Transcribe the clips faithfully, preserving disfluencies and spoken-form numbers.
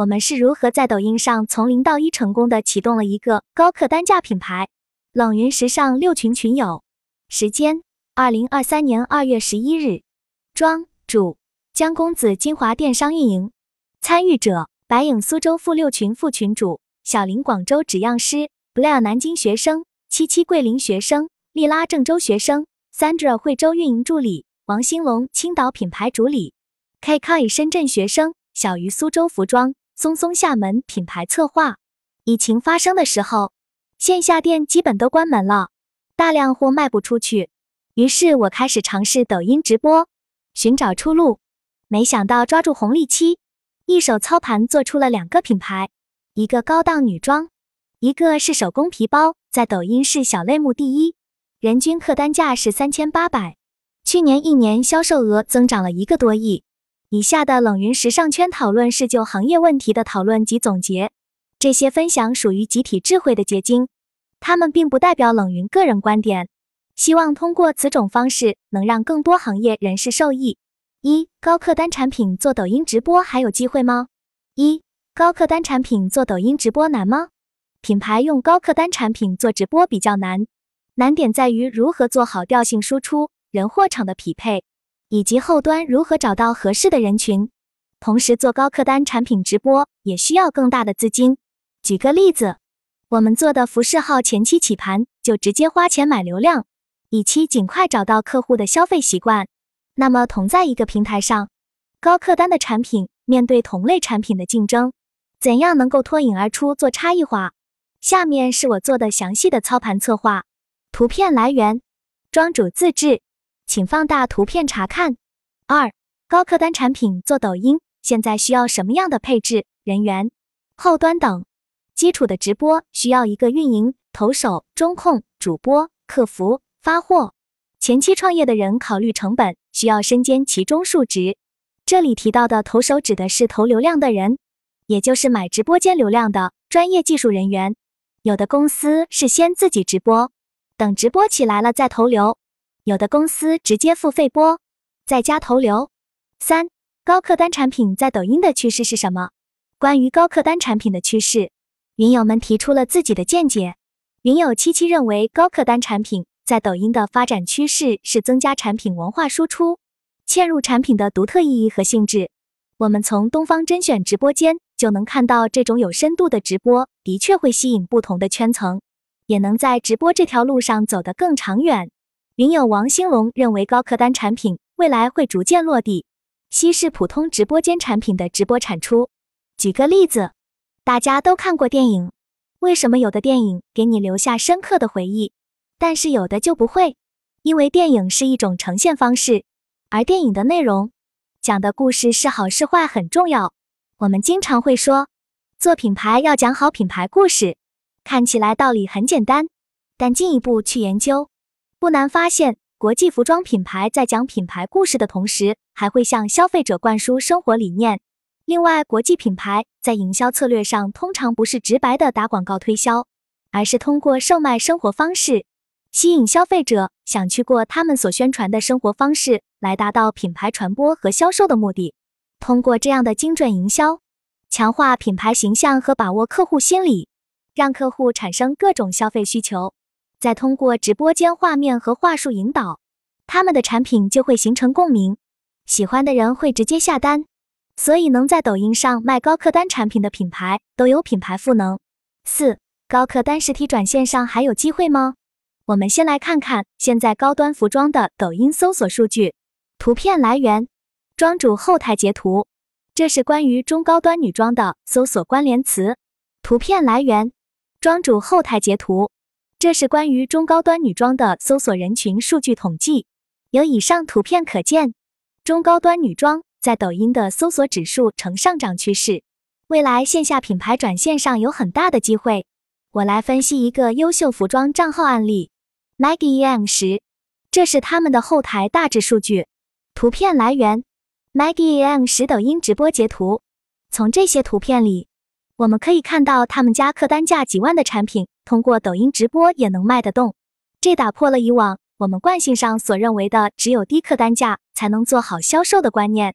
我们是如何在抖音上从零到一成功的启动了一个高客单价品牌。冷云时尚六群群友，时间二零二三年二月十一日，庄主江公子金华电商运营，参与者白影苏州副六群副群主，小林广州纸样师， Blair 南京学生，七七桂林学生，丽拉郑州学生， Sandra 惠州运营助理，王兴龙青岛品牌主理， K Kai 深圳学生，小鱼苏州服装，松松厦门品牌策划。疫情发生的时候，线下店基本都关门了，大量货卖不出去，于是我开始尝试抖音直播，寻找出路。没想到抓住红利期，一手操盘做出了两个品牌，一个高档女装，一个是手工皮包，在抖音是小类目第一，人均客单价是三千八百，去年一年销售额增长了一个多亿。以下的冷云时尚圈讨论是就行业问题的讨论及总结，这些分享属于集体智慧的结晶，它们并不代表冷云个人观点，希望通过此种方式能让更多行业人士受益。一、高客单产品做抖音直播还有机会吗？一、高客单产品做抖音直播难吗？品牌用高客单产品做直播比较难，难点在于如何做好调性输出、人货场的匹配，以及后端如何找到合适的人群。同时做高客单产品直播也需要更大的资金。举个例子，我们做的服饰号前期起盘就直接花钱买流量，以期尽快找到客户的消费习惯。那么同在一个平台上，高客单的产品面对同类产品的竞争，怎样能够脱颖而出做差异化？下面是我做的详细的操盘策划。图片来源，庄主自制，请放大图片查看。二、高客单产品做抖音，现在需要什么样的配置、人员、后端等？基础的直播需要一个运营、投手、中控、主播、客服、发货。前期创业的人考虑成本，需要身兼其中数职。这里提到的投手指的是投流量的人，也就是买直播间流量的专业技术人员。有的公司是先自己直播，等直播起来了再投流，有的公司直接付费播，再加投流。三、高客单产品在抖音的趋势是什么？关于高客单产品的趋势，云友们提出了自己的见解。云友七七认为高客单产品在抖音的发展趋势是增加产品文化输出，嵌入产品的独特意义和性质。我们从东方甄选直播间就能看到，这种有深度的直播的确会吸引不同的圈层，也能在直播这条路上走得更长远。云友王兴龙认为高客单产品未来会逐渐落地，稀释普通直播间产品的直播产出。举个例子，大家都看过电影，为什么有的电影给你留下深刻的回忆，但是有的就不会？因为电影是一种呈现方式，而电影的内容讲的故事是好是坏很重要。我们经常会说，做品牌要讲好品牌故事，看起来道理很简单，但进一步去研究，不难发现，国际服装品牌在讲品牌故事的同时，还会向消费者灌输生活理念。另外，国际品牌在营销策略上通常不是直白的打广告推销，而是通过售卖生活方式，吸引消费者想去过他们所宣传的生活方式，来达到品牌传播和销售的目的。通过这样的精准营销，强化品牌形象和把握客户心理，让客户产生各种消费需求，再通过直播间画面和话术引导，他们的产品就会形成共鸣，喜欢的人会直接下单。所以能在抖音上卖高客单产品的品牌都有品牌赋能。四、高客单实体转线上还有机会吗？我们先来看看现在高端服装的抖音搜索数据。图片来源，庄主后台截图，这是关于中高端女装的搜索关联词。图片来源，庄主后台截图，这是关于中高端女装的搜索人群数据统计。由以上图片可见，中高端女装在抖音的搜索指数呈上涨趋势，未来线下品牌转线上有很大的机会。我来分析一个优秀服装账号案例 Maggie E M 十，这是他们的后台大致数据。图片来源 Maggie E M 十抖音直播截图。从这些图片里，我们可以看到他们家客单价几万的产品通过抖音直播也能卖得动，这打破了以往我们惯性上所认为的只有低客单价才能做好销售的观念。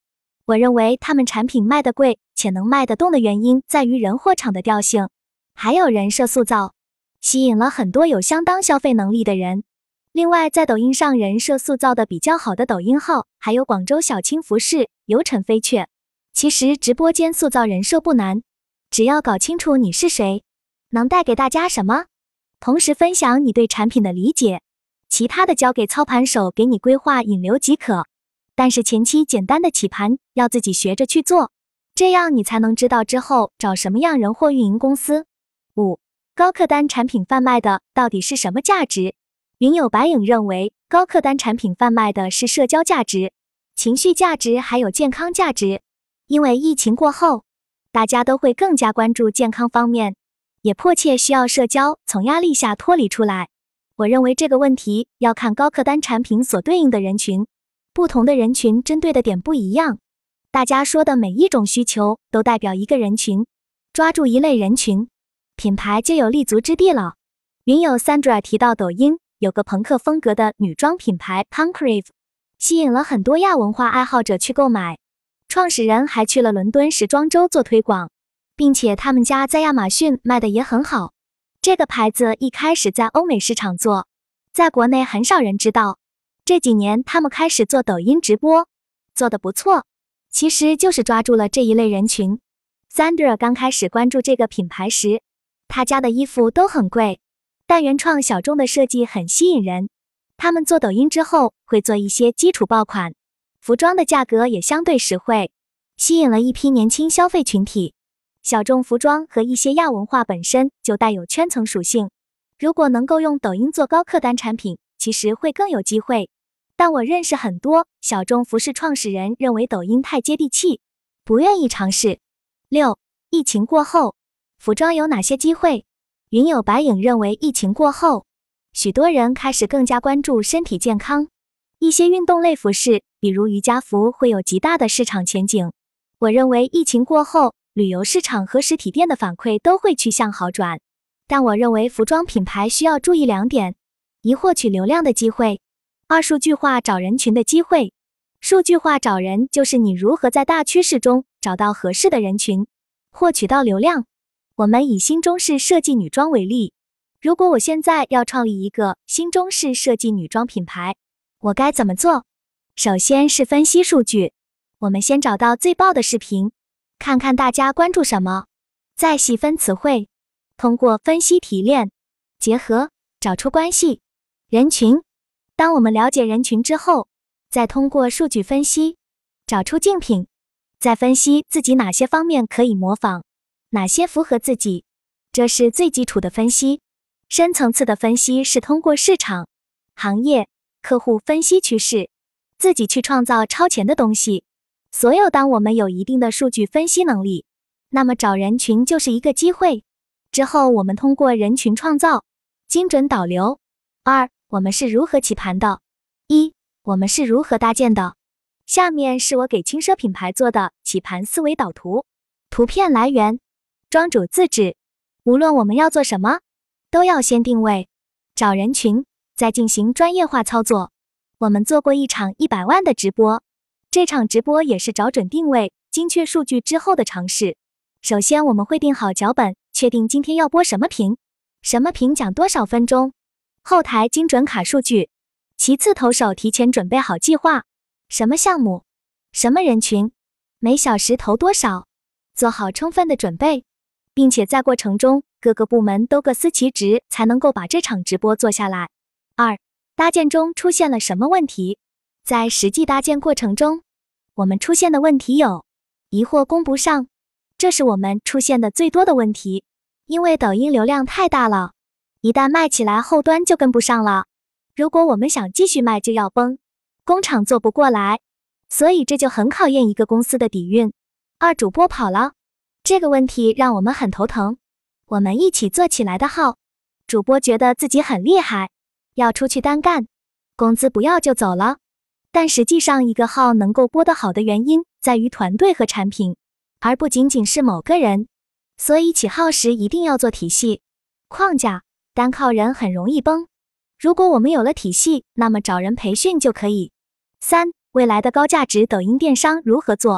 我认为他们产品卖得贵且能卖得动的原因在于人货场的调性，还有人设塑造，吸引了很多有相当消费能力的人。另外，在抖音上人设塑造的比较好的抖音号还有广州小青服饰、游尘飞雀。其实直播间塑造人设不难，只要搞清楚你是谁，能带给大家什么，同时分享你对产品的理解，其他的交给操盘手给你规划引流即可。但是前期简单的起盘要自己学着去做，这样你才能知道之后找什么样人货运营公司。五、高客单产品贩卖的到底是什么价值？云有白影认为，高客单产品贩卖的是社交价值、情绪价值还有健康价值。因为疫情过后，大家都会更加关注健康方面，也迫切需要社交从压力下脱离出来。我认为这个问题要看高客单产品所对应的人群，不同的人群针对的点不一样。大家说的每一种需求都代表一个人群，抓住一类人群，品牌就有立足之地了。云友 Sandra 提到抖音有个朋克风格的女装品牌 Punkrave， 吸引了很多亚文化爱好者去购买。创始人还去了伦敦时装周做推广，并且他们家在亚马逊卖的也很好。这个牌子一开始在欧美市场做，在国内很少人知道。这几年他们开始做抖音直播，做得不错，其实就是抓住了这一类人群。Sandra 刚开始关注这个品牌时，他家的衣服都很贵，但原创小众的设计很吸引人。他们做抖音之后会做一些基础爆款，服装的价格也相对实惠，吸引了一批年轻消费群体。小众服装和一些亚文化本身就带有圈层属性，如果能够用抖音做高客单产品，其实会更有机会。但我认识很多小众服饰创始人认为抖音太接地气，不愿意尝试。六、疫情过后，服装有哪些机会？云有白影认为疫情过后，许多人开始更加关注身体健康，一些运动类服饰比如瑜伽服会有极大的市场前景。我认为疫情过后，旅游市场和实体店的反馈都会趋向好转。但我认为服装品牌需要注意两点：一、获取流量的机会；二、数据化找人群的机会。数据化找人就是你如何在大趋势中找到合适的人群，获取到流量。我们以新中式设计女装为例，如果我现在要创立一个新中式设计女装品牌，我该怎么做？首先是分析数据，我们先找到最爆的视频，看看大家关注什么，再细分词汇，通过分析提炼、结合，找出关系、人群。当我们了解人群之后，再通过数据分析，找出竞品，再分析自己哪些方面可以模仿，哪些符合自己。这是最基础的分析。深层次的分析是通过市场、行业、客户分析趋势，自己去创造超前的东西。所有当我们有一定的数据分析能力，那么找人群就是一个机会。之后我们通过人群创造，精准导流。二、我们是如何起盘的？一、我们是如何搭建的？下面是我给轻奢品牌做的起盘思维导图。图片来源：庄主自制。无论我们要做什么，都要先定位、找人群，再进行专业化操作。我们做过一场一百万的直播，这场直播也是找准定位、精确数据之后的尝试。首先我们会定好脚本，确定今天要播什么屏，什么屏讲多少分钟，后台精准卡数据。其次投手提前准备好计划，什么项目，什么人群，每小时投多少，做好充分的准备，并且在过程中各个部门都各司其职，才能够把这场直播做下来。二、搭建中出现了什么问题？在实际搭建过程中，我们出现的问题有：疑惑供不上，这是我们出现的最多的问题，因为抖音流量太大了，一旦卖起来后端就跟不上了，如果我们想继续卖就要崩，工厂做不过来，所以这就很考验一个公司的底蕴。二、主播跑了，这个问题让我们很头疼。我们一起做起来的号，主播觉得自己很厉害，要出去单干，工资不要就走了。但实际上一个号能够播得好的原因在于团队和产品，而不仅仅是某个人。所以起号时一定要做体系、框架，单靠人很容易崩。如果我们有了体系，那么找人培训就可以。三、未来的高价值抖音电商如何做？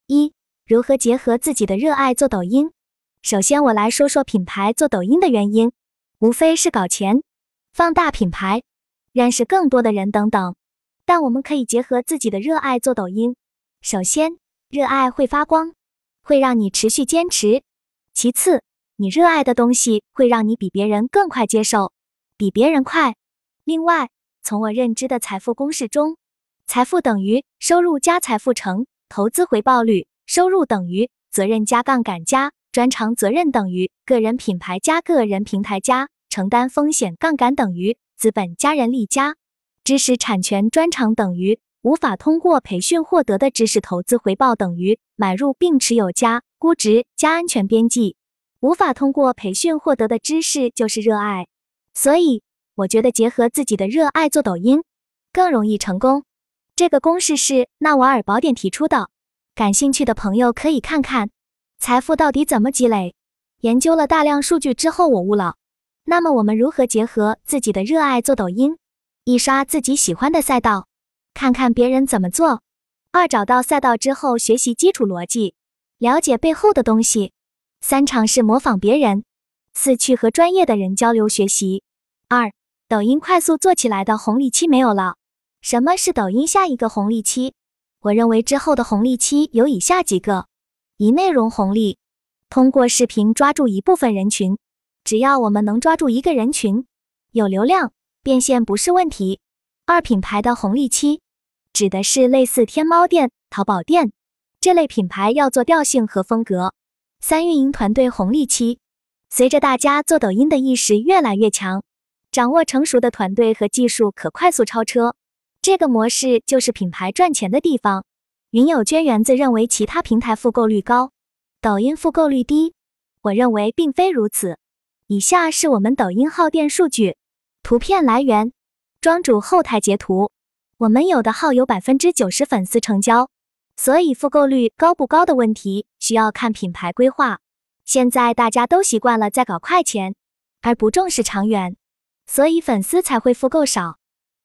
一、如何结合自己的热爱做抖音？首先我来说说品牌做抖音的原因，无非是搞钱、放大品牌、认识更多的人等等。但我们可以结合自己的热爱做抖音。首先，热爱会发光，会让你持续坚持。其次，你热爱的东西会让你比别人更快接受，比别人快。另外，从我认知的财富公式中，财富等于收入加财富乘投资回报率，收入等于责任加杠杆加专长责任等于个人品牌加个人平台加承担风险杠杆等于资本加人力加知识产权专长等于无法通过培训获得的知识投资回报等于买入并持有加估值加安全边际。无法通过培训获得的知识就是热爱。所以我觉得结合自己的热爱做抖音更容易成功。这个公式是纳瓦尔宝典提出的，感兴趣的朋友可以看看。财富到底怎么积累？研究了大量数据之后我悟了。那么我们如何结合自己的热爱做抖音？一、刷自己喜欢的赛道，看看别人怎么做。二、找到赛道之后学习基础逻辑，了解背后的东西。三、尝试模仿别人。四、去和专业的人交流学习。二、抖音快速做起来的红利期没有了。什么是抖音下一个红利期？我认为之后的红利期有以下几个：一、内容红利，通过视频抓住一部分人群，只要我们能抓住一个人群，有流量，变现不是问题。二、品牌的红利期，指的是类似天猫店、淘宝店这类品牌要做调性和风格。三、运营团队红利期，随着大家做抖音的意识越来越强，掌握成熟的团队和技术可快速超车，这个模式就是品牌赚钱的地方。云友娟园子认为其他平台复购率高，抖音复购率低，我认为并非如此。以下是我们抖音号店数据，图片来源庄主后台截图。我们有的号有 百分之九十 粉丝成交，所以复购率高不高的问题需要看品牌规划。现在大家都习惯了在搞快钱，而不重视长远，所以粉丝才会复购少。